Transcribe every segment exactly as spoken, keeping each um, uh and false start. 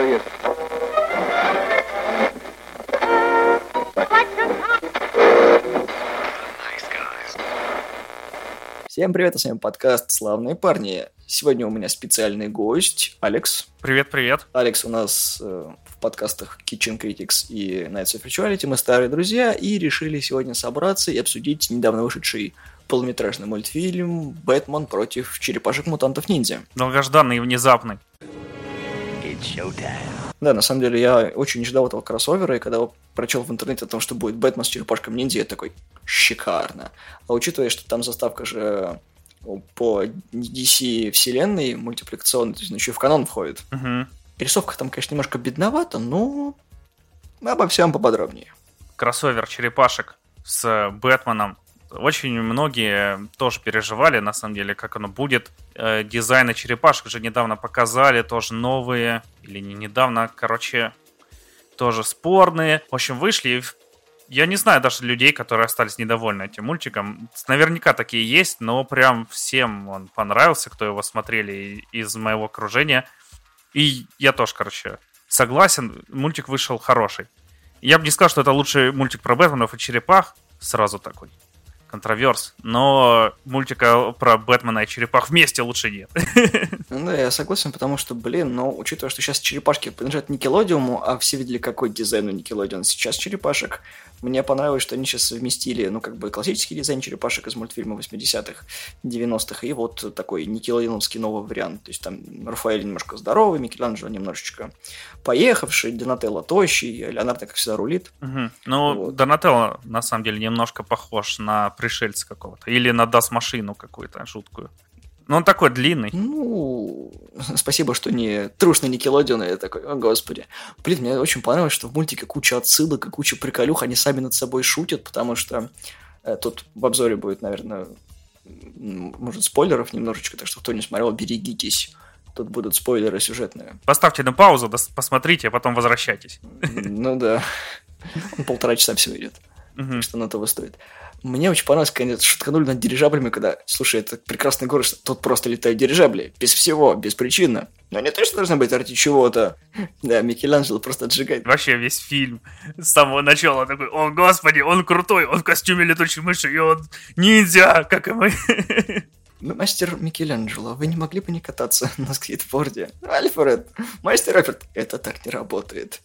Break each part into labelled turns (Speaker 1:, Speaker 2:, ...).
Speaker 1: Serious.
Speaker 2: Всем привет, с вами подкаст «Славные парни». Сегодня у меня специальный гость Алекс.
Speaker 3: Привет-привет.
Speaker 2: Алекс у нас э, в подкастах Kitchen Critics и Nights of Rituality. Мы старые друзья и решили сегодня собраться и обсудить недавно вышедший полнометражный мультфильм «Бэтмен против черепашек-мутантов-ниндзя».
Speaker 3: Долгожданный и внезапный.
Speaker 2: Да, на самом деле я очень ждал этого кроссовера, и когда прочел в интернете о том, что будет Бэтмен с черепашком-ниндзя, я такой, шикарно. А учитывая, что там заставка же по ди си вселенной мультипликационной, то есть он еще и в канон входит.
Speaker 3: Угу.
Speaker 2: Рисовка там, конечно, немножко бедновата, но обо всем поподробнее.
Speaker 3: Кроссовер черепашек с Бэтменом. Очень многие тоже переживали, на самом деле, как оно будет. Э, дизайны черепашек же недавно показали, тоже новые. Или не недавно, короче, тоже спорные. В общем, вышли. Я не знаю даже людей, которые остались недовольны этим мультиком. Наверняка такие есть, но прям всем он понравился, кто его смотрели из моего окружения. И я тоже, короче, согласен. Мультик вышел хороший. Я бы не сказал, что это лучший мультик про Бэтменов и черепах. Сразу такой контроверс, но мультика про Бэтмена и черепах вместе лучше нет.
Speaker 2: Ну да, я согласен, потому что, блин, но учитывая, что сейчас черепашки принадлежат Никелодиуму, а все видели, какой дизайн у Никелодиума сейчас черепашек, мне понравилось, что они сейчас совместили, ну, как бы классический дизайн черепашек из мультфильма восьмидесятых, девяностых, и вот такой никелодиумский новый вариант. То есть там Рафаэль немножко здоровый, Микеланджело немножечко поехавший, Донателло тощий, Леонардо, как всегда, рулит.
Speaker 3: Угу. Ну, вот. Донателло, на самом деле, немножко похож на пришельца какого-то. Или на Дас-машину какую-то жуткую. Но он такой длинный.
Speaker 2: Ну, спасибо, что не трушный Никелодион. Я такой, о господи. Блин, мне очень понравилось, что в мультике куча отсылок и куча приколюх. Они сами над собой шутят, потому что э, тут в обзоре будет, наверное, может, спойлеров немножечко, так что кто не смотрел, берегитесь. Тут будут спойлеры сюжетные.
Speaker 3: Поставьте на паузу, посмотрите, а потом возвращайтесь.
Speaker 2: Ну да. Он полтора часа всего идет. Так что на того стоит. Мне очень понравилось, когда они шутканули над дирижаблями, когда, слушай, это прекрасный город, что тут просто летают дирижабли, без всего, беспричинно. Но они точно должны быть ради чего-то. Да, Микеланджело просто отжигает.
Speaker 3: Вообще весь фильм с самого начала такой, о господи, он крутой, он в костюме летучей мыши, и он ниндзя, как и мы.
Speaker 2: Мастер Микеланджело, вы не могли бы не кататься на скейтборде? Альфред, мастер Альфред, это так не работает.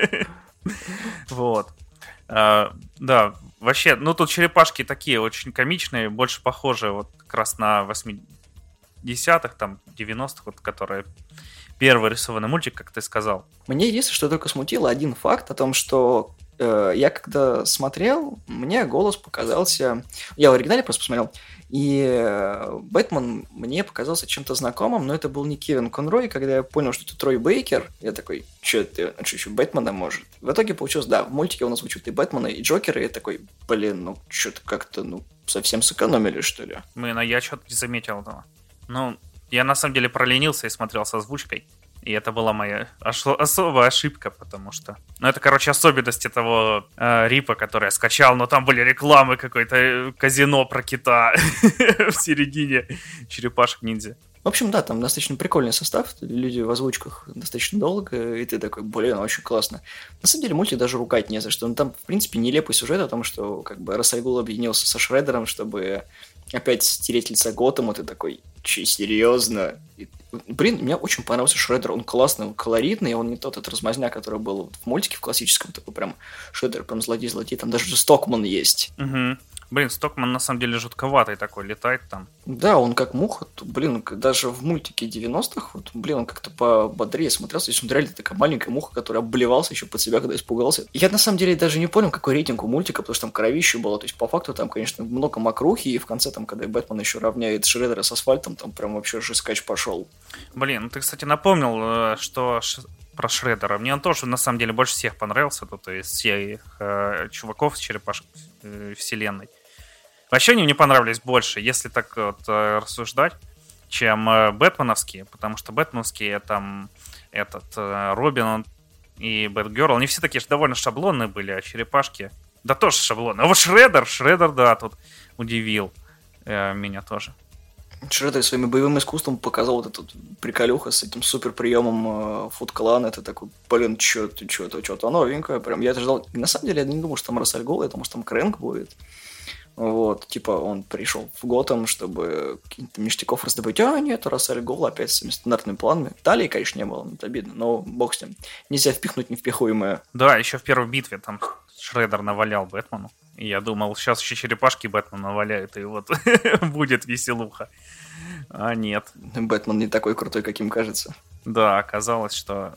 Speaker 3: Вот. Uh, да, вообще, ну тут черепашки такие очень комичные, больше похожи вот как раз на восьмидесятых, там, девяностых, вот, которые первый рисованный мультик, как ты сказал.
Speaker 2: Мне единственное, что только смутило, один факт о том, что э, я когда смотрел, мне голос показался... Я в оригинале просто посмотрел, и э, Бэтмен мне показался чем-то знакомым, но это был не Кевин Конрой. Когда я понял, что это Трой Бейкер, я такой, что это, что еще Бэтмена может? В итоге получилось, да, в мультике у нас звучат и Бэтмена, и Джокера, и я такой, блин, ну что-то как-то, ну, совсем сэкономили, что ли?
Speaker 3: Блин, а я что-то не заметил этого. Ну, я на самом деле проленился и смотрел с озвучкой. И это была моя ос- особая ошибка, потому что... Ну, это, короче, особенности того э, рипа, который я скачал, но там были рекламы какой-то казино про кита в середине черепашек-ниндзя.
Speaker 2: В общем, да, там достаточно прикольный состав, люди в озвучках достаточно долго, и ты такой, блин, очень классно. На самом деле мультик даже ругать не за что, но там, в принципе, нелепый сюжет о том, что как бы Рас аль Гул объединился со Шреддером, чтобы опять стереть лица Готэма, ты такой, че, серьезно? И, блин, мне очень понравился Шреддер, он классный, он колоритный, он не тот этот размазня, который был в мультике в классическом, такой прям Шреддер, прям злодей-злодей, там даже Стокман есть.
Speaker 3: Угу. Блин, Стокман на самом деле жутковатый такой, летает там.
Speaker 2: Да, он как муха, блин, даже в мультике девяностых, вот, блин, он как-то пободрее смотрелся, если он реально такая маленькая муха, которая обливался еще под себя, когда испугался. Я на самом деле даже не понял, какой рейтинг у мультика, потому что там кровище было, то есть по факту там, конечно, много мокрухи, и в конце там, когда Бэтмен еще равняет Шреддера с асфальтом, там прям вообще жескач пошел.
Speaker 3: Блин, ну ты, кстати, напомнил, что... про Шреддера. Мне он тоже, на самом деле, больше всех понравился. Тут из всех э, чуваков с черепашек э, вселенной. Вообще они мне понравились больше, если так вот э, рассуждать, чем э, бэтменовские. Потому что бэтменовские, там, этот э, Робин он, и Бэтгерл, они все такие же довольно шаблонные были, а черепашки, да тоже шаблонные. А вот Шреддер, Шреддер, да, тут удивил э, меня тоже.
Speaker 2: Шредер своими боевым искусством показал вот этот приколюха с этим супер приемом Foot Clan. Это такой, блин, что-то, что-то, что-то новенькое. Прям я ждал. На самом деле, я не думал, что там Рассаль Гол, я думал, что там Крэнк будет. Вот, типа, он пришел в Готэм, чтобы каких-то ништяков раздобыть. А, нет, Рассаль Гол опять с своими стандартными планами. Талии, конечно, не было, это обидно, но бог с ним. Нельзя впихнуть невпихуемое.
Speaker 3: Да, еще в первой битве там Шредер навалял Бэтмену. И я думал, сейчас еще черепашки Бэтмен наваляют, и вот будет веселуха. А нет.
Speaker 2: Бэтмен не такой крутой, каким кажется.
Speaker 3: Да, оказалось, что...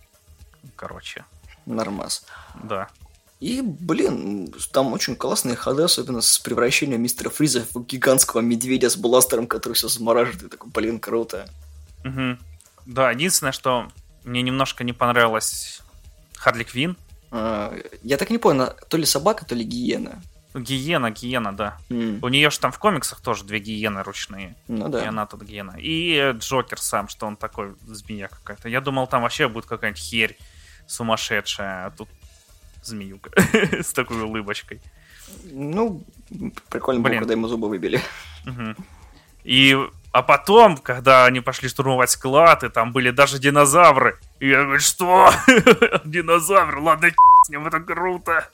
Speaker 3: Короче.
Speaker 2: Нормас.
Speaker 3: Да.
Speaker 2: И, блин, там очень классные ходы, особенно с превращением мистера Фриза в гигантского медведя с бластером, который все замораживает. И такой, блин, круто.
Speaker 3: Угу. Да, единственное, что мне немножко не понравилось Харли Квинн.
Speaker 2: А, я так не понял, то ли собака, то ли гиена.
Speaker 3: Гиена, гиена, да.
Speaker 2: Mm.
Speaker 3: У нее же там в комиксах тоже две гиены ручные.
Speaker 2: Ну да.
Speaker 3: И она тут гиена. И Джокер сам, что он такой, змея какая-то. Я думал, там вообще будет какая-нибудь херь сумасшедшая, а тут змеюка с такой улыбочкой.
Speaker 2: Ну, прикольно было, когда ему зубы выбили.
Speaker 3: Угу. И, а потом, когда они пошли штурмовать склад, и там были даже динозавры. И я говорю, что? Динозавр? Ладно, с ним, это круто.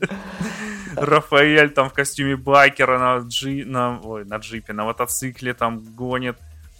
Speaker 3: Рафаэль там в костюме байкера на, джи... на... Ой, на джипе, на мотоцикле там гонит.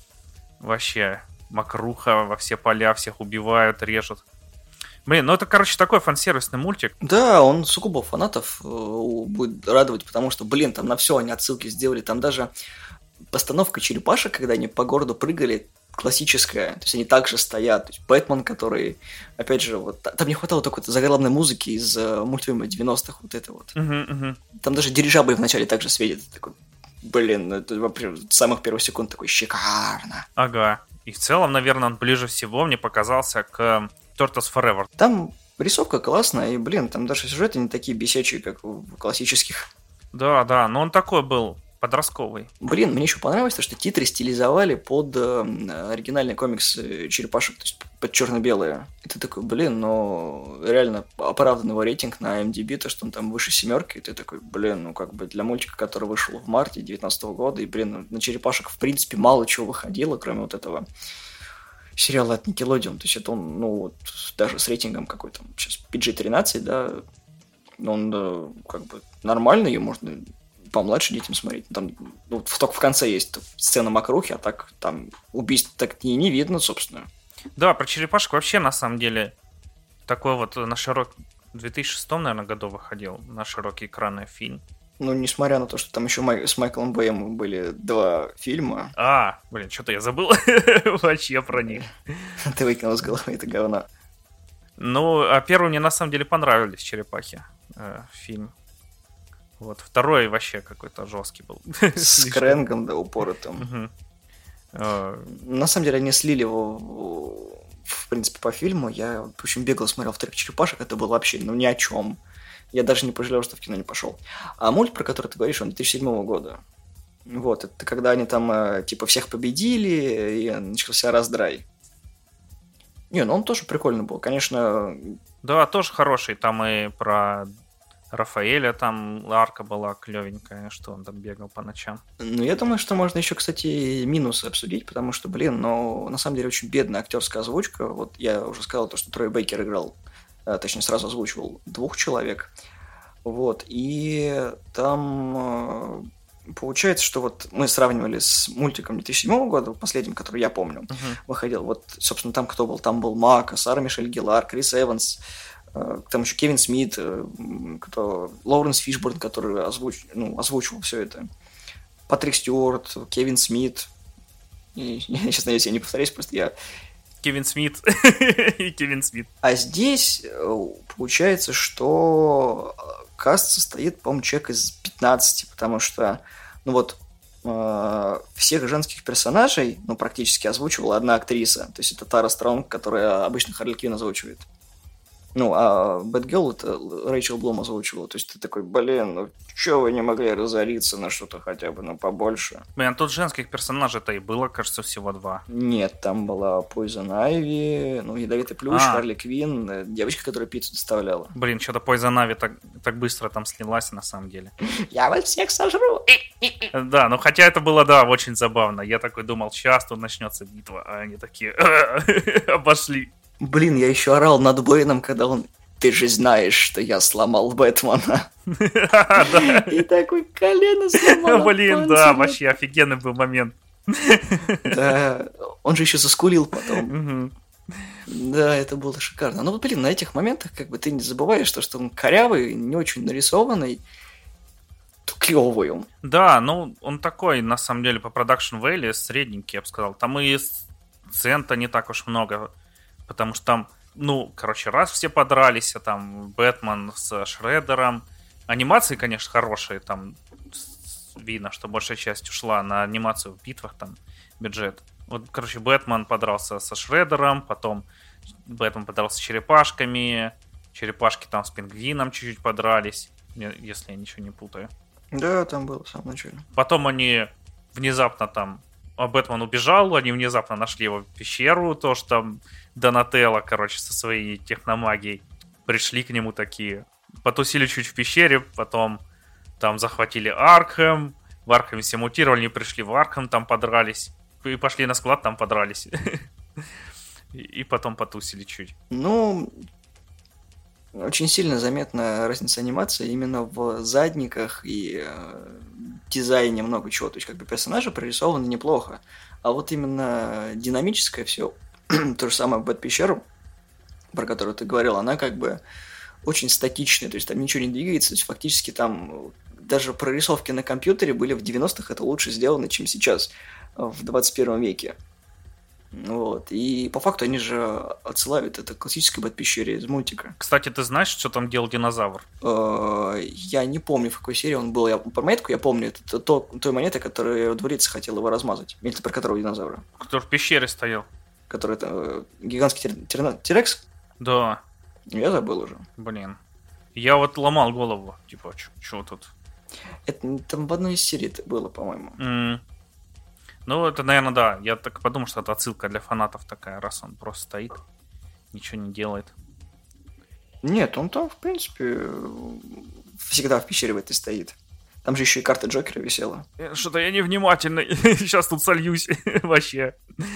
Speaker 3: Вообще, мокруха во все поля, всех убивают, режут. Блин, ну это, короче, такой фан-сервисный мультик.
Speaker 2: Да, он сугубо фанатов э, будет радовать, потому что, блин, там на все они отсылки сделали. Там даже постановка черепашек, когда они по городу прыгали, классическая. То есть они также стоят. То есть Бэтмен, который, опять же, вот там не хватало только заглавной музыки из э, мультфильма девяностых, вот это вот.
Speaker 3: Uh-huh, uh-huh.
Speaker 2: Там даже дирижабль вначале также светит. Такой, блин, это вообще с самых первых секунд такой шикарно.
Speaker 3: Ага. И в целом, наверное, он ближе всего мне показался к Turtles Forever.
Speaker 2: Там рисовка классная, и, блин, там даже сюжеты не такие бесячие, как в классических.
Speaker 3: Да, да, но он такой был подростковый.
Speaker 2: Блин, мне еще понравилось, что титры стилизовали под э, оригинальный комикс черепашек, то есть под черно-белые. И ты такой, блин, ну реально оправдан его рейтинг на эм ди би, то, что он там выше семерки, и ты такой, блин, ну как бы для мультика, который вышел в марте две тысячи девятнадцатого года, и, блин, на черепашек в принципе мало чего выходило, кроме вот этого сериала от Nickelodeon. То есть это он, ну вот, даже с рейтингом какой-то сейчас пи джи тринадцать, да, он да, как бы нормальный, ее можно помладше детям смотреть. Там ну, только в конце есть сцена мокрухи, а так там убийств так и не видно, собственно.
Speaker 3: Да, про черепашек вообще на самом деле такой вот на широкий... В две тысячи шестом, наверное, году выходил на широкие экраны фильм.
Speaker 2: Ну, несмотря на то, что там еще Май... с Майклом Бэем были два фильма.
Speaker 3: А, блин, что-то я забыл вообще про них.
Speaker 2: Ты выкинул с головы это говно.
Speaker 3: Ну, а первый мне на самом деле понравились черепахи. Фильм. Вот, второй вообще какой-то жесткий был.
Speaker 2: С Крэнгом, да, упоротым.
Speaker 3: Угу.
Speaker 2: На самом деле они слили его, в принципе, по фильму. Я очень бегло смотрел «Вторых черепашек», это было вообще, ну, ни о чем. Я даже не пожалел, что в кино не пошел. А мульт, про который ты говоришь, он две тысячи седьмого года. Вот, это когда они там, типа, всех победили, и начался раздрай. Не, ну он тоже прикольный был, конечно.
Speaker 3: Да, тоже хороший. Там и про Рафаэля, там арка была клевенькая, что он там бегал по ночам.
Speaker 2: Ну, я думаю, что можно еще, кстати, минусы обсудить, потому что, блин, ну, на самом деле очень бедная актерская озвучка. Вот я уже сказал то, что Трой Бейкер играл, точнее, сразу озвучивал двух человек. Вот, и там получается, что вот мы сравнивали с мультиком две тысячи седьмого года, последним, который я помню, uh-huh. выходил. Вот, собственно, там кто был? Там был Мак, Сара Мишель Геллар, Крис Эванс, там еще Кевин Смит, кто, Лоуренс Фишборн, который озвуч, ну, озвучивал все это, Патрик Стюарт, Кевин Смит. И, я сейчас надеюсь, я не повторюсь, просто я...
Speaker 3: Кевин Смит и Кевин Смит.
Speaker 2: А здесь получается, что каст состоит, по-моему, человек из пятнадцати, потому что, ну вот, э, всех женских персонажей, ну, практически озвучивала одна актриса. То есть это Тара Стронг, которая обычно Харли Квинн озвучивает. Ну, а Бэтгелл это Рэйчел Блум озвучивала. То есть ты такой, блин, ну чё вы не могли разориться на что-то хотя бы, ну, побольше?
Speaker 3: Блин, тут женских персонажей-то и было, кажется, всего два.
Speaker 2: Нет, там была Poison Ivy, ну, Ядовитый Плющ,
Speaker 3: А.
Speaker 2: Харли Квинн, девочка, которая пиццу доставляла.
Speaker 3: Блин, что-то Poison Ivy так, так быстро там слилась, на самом деле.
Speaker 2: Я вас всех сожру!
Speaker 3: Да, ну хотя это было, да, очень забавно. Я такой думал, сейчас тут начнется битва, а они такие обошли.
Speaker 2: Блин, я еще орал над Бэйном, когда он... Ты же знаешь, что я сломал Бэтмена. И такой колено сломал.
Speaker 3: Блин, да, вообще офигенный был момент.
Speaker 2: Да, он же еще заскулил потом. Да, это было шикарно. Ну, блин, на этих моментах как бы ты не забываешь, то, что он корявый, не очень нарисованный, клевый он.
Speaker 3: Да, ну, он такой, на самом деле, по продакшн value средненький, я бы сказал. Там и сцен-то не так уж много, потому что там, ну, короче, раз все подрались, а там Бэтмен с Шреддером. Анимации, конечно, хорошие, там видно, что большая часть ушла на анимацию в битвах, там, бюджет. Вот, короче, Бэтмен подрался со Шреддером, потом Бэтмен подрался с черепашками, черепашки там с пингвином чуть-чуть подрались, если я ничего не путаю.
Speaker 2: Да, там было в самом начале.
Speaker 3: Потом они внезапно там, а Бэтмен убежал, они внезапно нашли его пещеру, то, что там Донателло, короче, со своей техномагией пришли к нему такие, потусили чуть в пещере, потом там захватили Аркхэм, в Аркхэме все мутировали, они пришли в Аркхэм, там подрались, и пошли на склад, там подрались. И потом потусили чуть.
Speaker 2: Ну, очень сильно заметна разница анимации именно в задниках и э, дизайне много чего. То есть, как бы персонажи прорисованы неплохо. А вот именно динамическое все, то же самое Бэт-пещеру, про которую ты говорил, она как бы очень статичная. То есть, там ничего не двигается. То есть, фактически там даже прорисовки на компьютере были в девяностых это лучше сделаны, чем сейчас, в двадцать первом веке. Вот. И по факту они же отсылают это к классической Бэт-пещере из мультика.
Speaker 3: Кстати, ты знаешь, что там делал динозавр?
Speaker 2: Я не помню, в какой серии он был. Я, про монетку я помню. Это то, той монеты, которая дворец хотел его размазать. Или про которого динозавра?
Speaker 3: Который в пещере стоял.
Speaker 2: Который это гигантский Тирекс?
Speaker 3: Да.
Speaker 2: Я забыл уже.
Speaker 3: Блин. Я вот ломал голову. Типа, что тут?
Speaker 2: Это там в одной из серий это было, по-моему.
Speaker 3: Mm. Ну, это, наверное, да. Я так подумал, что это отсылка для фанатов такая, раз он просто стоит, ничего не делает.
Speaker 2: Нет, он там, в принципе, всегда в пещере в этой стоит. Там же еще и карта Джокера висела.
Speaker 3: Что-то я невнимательный. Сейчас тут сольюсь вообще.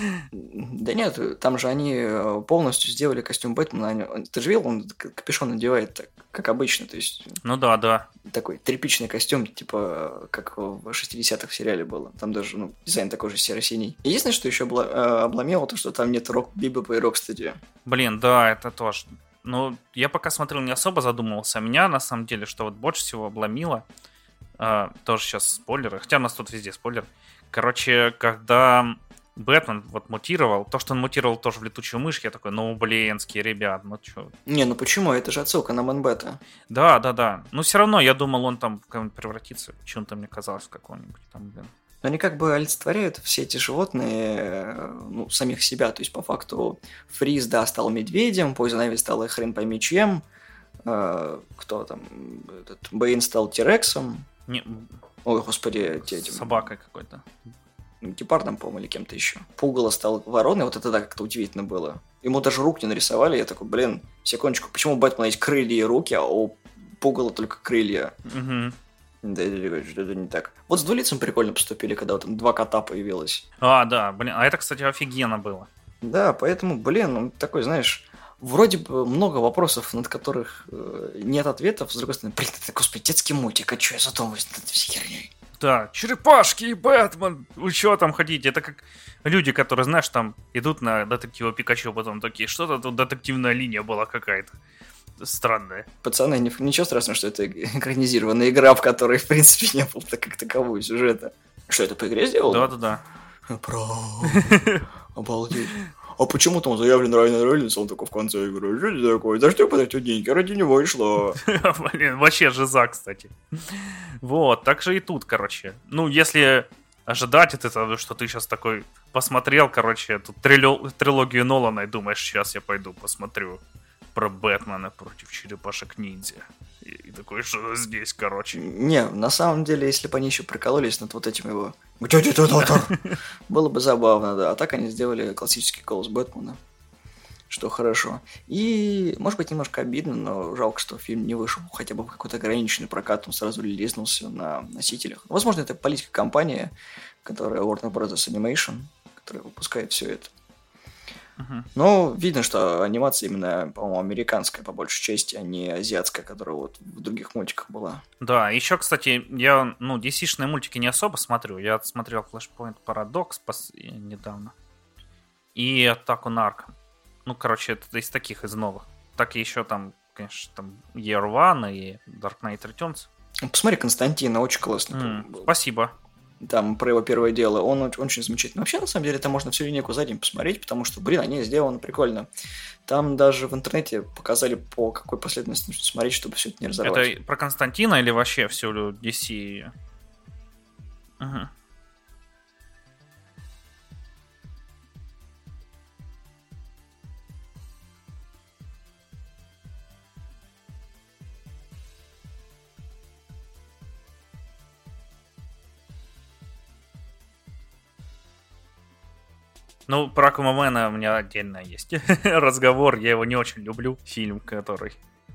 Speaker 2: Да нет, там же они полностью сделали костюм Бэтмена. Ты же видел, он капюшон надевает так, как обычно. То есть,
Speaker 3: ну да, да.
Speaker 2: Такой тряпичный костюм, типа как в шестидесятых в сериале было. Там даже ну, дизайн такой же серо-синий. Единственное, что еще обломило, то что там нет Рок Бибопа и Рокстеди.
Speaker 3: Блин, да, это тоже. Ну, я пока смотрел, не особо задумывался. Меня, на самом деле, что вот больше всего обломило, Uh, тоже сейчас спойлеры, хотя у нас тут везде спойлер. Короче, когда Бэтмен вот мутировал, то, что он мутировал тоже в летучую мышь, я такой, ну, блинские, ребят, ну чё.
Speaker 2: Не, ну почему? Это же отсылка на Мэнбэта.
Speaker 3: Да, да, да. Но все равно, я думал, он там в кого-нибудь превратится. Почему-то мне казалось, в какого-нибудь там, блин.
Speaker 2: Но они как бы олицетворяют все эти животные, ну, самих себя. То есть, по факту, Фриз, да, стал медведем, Пойзон Айви стала хрен пойми чем, uh, кто там, этот, Бэйн стал Тирексом.
Speaker 3: Не...
Speaker 2: Ой, господи,
Speaker 3: этим... собакой какой-то.
Speaker 2: Гепардом, по-моему, или кем-то еще. Пугало стал вороной, вот это да, как-то удивительно было. Ему даже рук не нарисовали, я такой, блин, секундочку, почему у Бэтмена есть крылья и руки, а у Пугала только крылья?
Speaker 3: Угу.
Speaker 2: Да, это не так. Вот с Двулицем прикольно поступили, когда вот там два кота появилось.
Speaker 3: А, да, блин, а это, кстати, офигенно было.
Speaker 2: Да, поэтому, блин, он такой, знаешь... Вроде бы много вопросов, над которых э, нет ответов. С другой стороны, блин, это, господи, детский мультик, а что я задумываюсь над этой всей херней?
Speaker 3: Да, черепашки и Бэтмен, вы что там ходите? Это как люди, которые, знаешь, там идут на детектива Пикачу, потом такие, что-то тут детективная линия была какая-то странная.
Speaker 2: Пацаны, ничего страшного, что это экранизированная игра, в которой, в принципе, не было как такового сюжета. Что, это по игре сделал?
Speaker 3: Да-да-да.
Speaker 2: Про... Обалдеть. А почему там заявлен Райан Рейнольдс, он такой в конце игры, что это такое? За что подать деньги? Ради него и шло.
Speaker 3: Блин, вообще жиза, кстати. Вот, так же и тут, короче. Ну, если ожидать от этого, что ты сейчас такой посмотрел, короче, тут трилогию Нолана и думаешь, сейчас я пойду посмотрю про Бэтмена против черепашек-ниндзя. И, и такой, что здесь, короче.
Speaker 2: Не, на самом деле, если бы они еще прикололись над вот этим его... Было бы забавно, да. А так они сделали классический голос Бэтмена. Что хорошо. И, может быть, немножко обидно, но жалко, что фильм не вышел хотя бы в какой-то ограниченный прокат, он сразу релизнулся на носителях. Возможно, это политика компании, которая Warner Bros. Animation, которая выпускает все это. Uh-huh. Но видно, что анимация именно, по-моему, американская по большей части, а не азиатская, которая вот в других мультиках была.
Speaker 3: Да, еще, кстати, я, ну, ди си-шные мультики не особо смотрю. Я смотрел Flashpoint Paradox пос... недавно. И Атаку на Аркхем. Ну, короче, это из таких, из новых. Так и еще там, конечно, там Year One и Dark Knight Returns.
Speaker 2: Посмотри, Константина, очень классный.
Speaker 3: Mm, спасибо.
Speaker 2: Там про его первое дело, он очень, очень замечательный. Вообще, на самом деле, это можно всю линейку за день посмотреть, потому что, блин, они сделаны прикольно. Там даже в интернете показали, по какой последовательности нужно смотреть, чтобы все это не разорвать.
Speaker 3: Это про Константина или вообще всю ди си? Угу. Ну, про Аквамена у меня отдельно есть разговор. Я его не очень люблю. Фильм, который...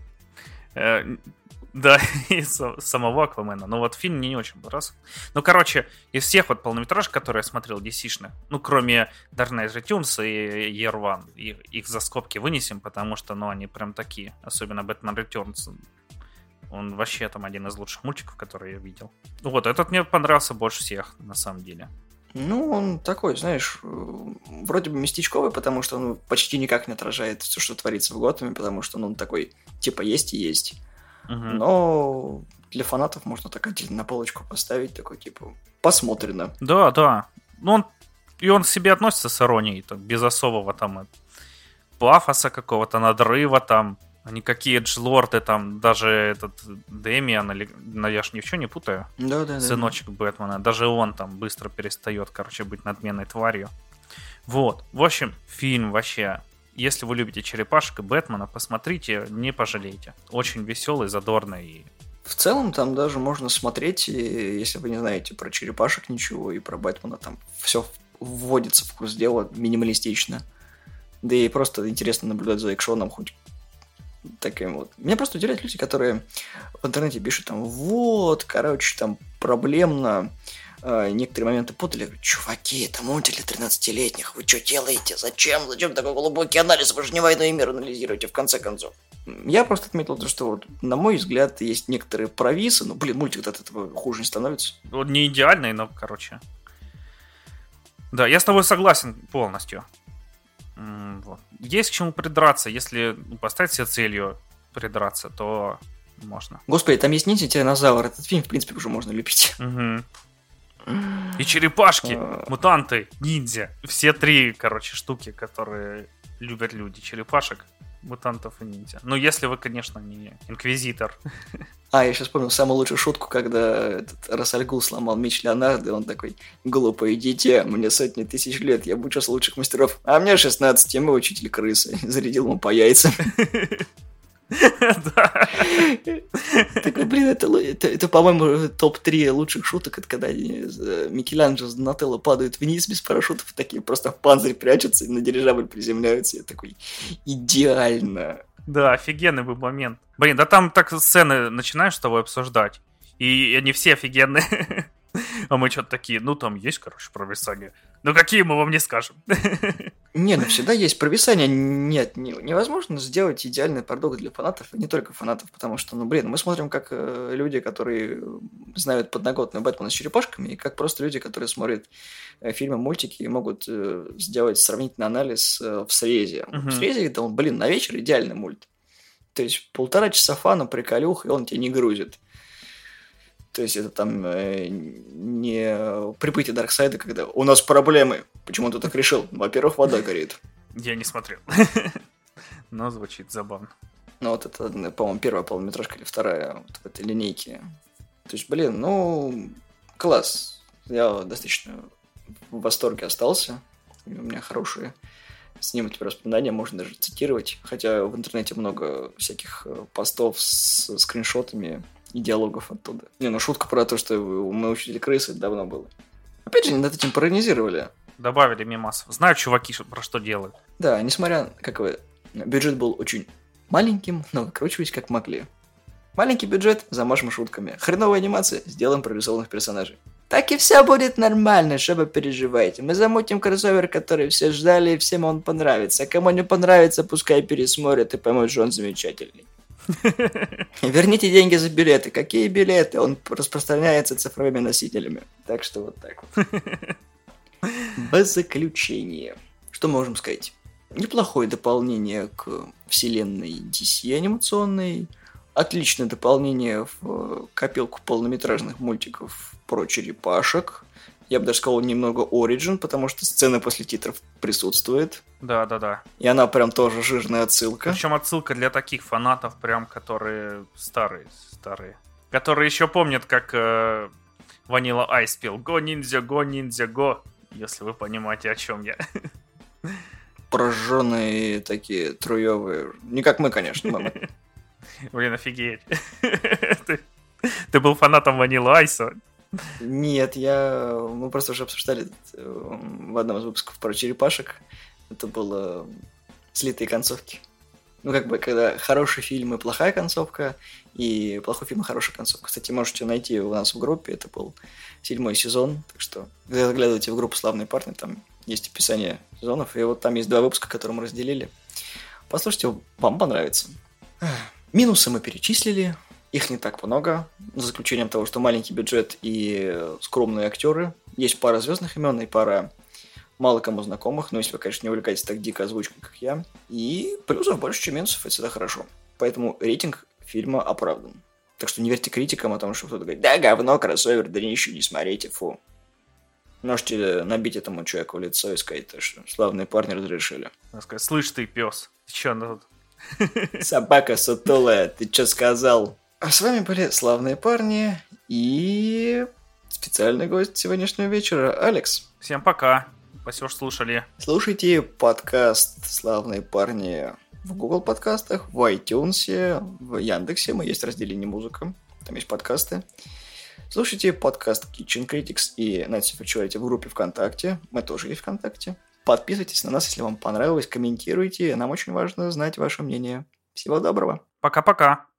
Speaker 3: Э, да, из самого Аквамена. Но вот фильм мне не очень понравился. Ну, короче, из всех вот полнометражек, которые я смотрел ди си-шных, ну, кроме Dark Knight Returns и Year One, их, их за скобки вынесем, потому что, ну, они прям такие. Особенно Batman Returns. Он вообще там один из лучших мультиков, которые я видел. Вот, этот мне понравился больше всех, на самом деле.
Speaker 2: Ну, он такой, знаешь, вроде бы местечковый, потому что он почти никак не отражает все, что творится в Готэме, потому что ну, он такой, типа, есть и есть. Угу. Но для фанатов можно так отдельно на полочку поставить, такой, типа, посмотрено.
Speaker 3: Да, да. Ну, он, и он к себе относится с иронией, так, без особого там пафоса какого-то, надрыва там. Никакие эджилорды, там, даже этот Дэмиан, или, ну, я ж ничего не путаю,
Speaker 2: да, да,
Speaker 3: сыночек
Speaker 2: да.
Speaker 3: Бэтмена, даже он там быстро перестает, короче, быть надменной тварью. Вот, в общем, фильм вообще, если вы любите черепашек и Бэтмена, посмотрите, не пожалеете. Очень веселый, задорный. И...
Speaker 2: В целом там даже можно смотреть, если вы не знаете про черепашек ничего и про Бэтмена, там все вводится в курс дела минималистично. Да и просто интересно наблюдать за экшоном хоть таким вот. Меня просто удивляют люди, которые в интернете пишут там, вот, короче, там проблемно э, некоторые моменты путали. Чуваки, это мультик для тринадцатилетних, вы что делаете? Зачем? Зачем такой глубокий анализ? Вы же не «Войну и мир» анализируете, в конце концов. Я просто отметил то, что вот, на мой взгляд, есть некоторые провисы, но, блин, мультик от этого хуже не становится.
Speaker 3: Он не идеальный, но, короче. Да, я с тобой согласен полностью. Вот. Есть к чему придраться. Если поставить себе целью придраться, то можно.
Speaker 2: Господи, там есть ниндзя-тиранозавр. Этот фильм, в принципе, уже можно любить.
Speaker 3: Угу. И черепашки, мутанты, ниндзя. Все три, короче, штуки, которые любят люди. Черепашек, мутантов и ниндзя. Ну, если вы, конечно, не инквизитор.
Speaker 2: А, я сейчас вспомнил самую лучшую шутку, когда этот Рас аль Гул сломал меч Леонардо, и он такой: глупое дитя, мне сотни тысяч лет, я обучался лучших мастеров, а мне шестнадцать, я мой учитель крысы. Зарядил ему по яйцам.
Speaker 3: Да.
Speaker 2: Такой, блин, это, по-моему, топ три лучших шуток, это когда Микеланджело с Донателло падают вниз без парашютов, такие просто в панцирь прячутся и на дирижабль приземляются. Я такой, идеально.
Speaker 3: Да, офигенный был момент. Блин, да там так сцены начинаешь с тобой обсуждать, и они все офигенные. А мы что-то такие, ну там есть, короче, провисания. Ну какие мы вам не скажем?
Speaker 2: Не, ну всегда есть провисания. Нет, не, невозможно сделать идеальный продукт для фанатов, и не только фанатов, потому что, ну блин, мы смотрим как э, люди, которые знают подноготную Бэтмена с черепашками, и как просто люди, которые смотрят э, фильмы, мультики, и могут э, сделать сравнительный анализ э, в срезе. Uh-huh. В срезе, это он, блин, на вечер идеальный мульт. То есть полтора часа фана, приколюх, и он тебя не грузит. То есть это там э, не прибытие Дарксайда, когда у нас проблемы. Почему ты так решил? Во-первых, вода горит.
Speaker 3: Я не смотрел. Но звучит забавно.
Speaker 2: Ну вот это, по-моему, первая полнометражка или вторая вот в этой линейке. То есть, блин, ну, класс. Я достаточно в восторге остался. У меня хорошие с ним эти воспоминания можно даже цитировать. Хотя в интернете много всяких постов с скриншотами и диалогов оттуда. Не, ну шутка про то, что мы учитель крысы, давно было. Опять же, над этим паронизировали.
Speaker 3: Добавили мемасов. Знают чуваки, про что делают.
Speaker 2: Да, несмотря, как вы, бюджет был очень маленьким, но выкручивались как могли. Маленький бюджет, замажем шутками. Хреновая анимация, сделаем прорисованных персонажей. Так и все будет нормально, что вы переживаете. Мы замутим кроссовер, который все ждали, и всем он понравится. А кому не понравится, пускай пересмотрят и поймут, что он замечательный. Верните деньги за билеты. Какие билеты? Он распространяется цифровыми носителями. Так что вот так вот. Без заключения. Что можем сказать? Неплохое дополнение к вселенной ди си анимационной. Отличное дополнение в копилку полнометражных мультиков про черепашек. Я бы даже сказал немного Origin, потому что сцена после титров присутствует.
Speaker 3: Да, да, да.
Speaker 2: И она прям тоже жирная отсылка.
Speaker 3: Причем отсылка для таких фанатов, прям, которые старые, старые. Которые еще помнят, как э, Vanilla Ice пел «Го, ниндзя, го, ниндзя, го», если вы понимаете, о чем я.
Speaker 2: Прожженные такие, труевые. Не как мы, конечно, мама.
Speaker 3: Блин, офигеть. ты, ты был фанатом Vanilla Ice?
Speaker 2: Нет, я... Мы просто уже обсуждали в одном из выпусков про черепашек. Это было слитые концовки. Ну, как бы, когда хороший фильм и плохая концовка, и плохой фильм и хорошая концовка. Кстати, можете найти у нас в группе, это был седьмой сезон, так что заглядывайте в группу «Славные парни», там есть описание сезонов, и вот там есть два выпуска, которые мы разделили. Послушайте, вам понравится. Минусы мы перечислили, их не так много, за исключением того, что маленький бюджет и скромные актеры. Есть пара звездных имен и пара мало кому знакомых, но если вы, конечно, не увлекаетесь так дико озвучкой, как я. И плюсов больше, чем минусов, это всегда хорошо. Поэтому рейтинг фильма оправдан. Так что не верьте критикам о том, что кто-то говорит: да, говно, кроссовер, да ничего не смотрите, фу. Можете набить этому человеку в лицо и сказать, что славные парни разрешили.
Speaker 3: Сказать: слышь ты, пес, ты че тут?
Speaker 2: Собака сутулая, ты что сказал? А с вами были славные парни и специальный гость сегодняшнего вечера, Алекс.
Speaker 3: Всем пока. Спасибо, что слушали.
Speaker 2: Слушайте подкаст «Славные парни» в Google подкастах, в iTunes, в Яндексе. Мы есть в разделе «Не музыка». Там есть подкасты. Слушайте подкаст Kitchen Critics и Nights of Actuality в группе ВКонтакте. Мы тоже есть ВКонтакте. Подписывайтесь на нас, если вам понравилось. Комментируйте. Нам очень важно знать ваше мнение. Всего доброго.
Speaker 3: Пока-пока.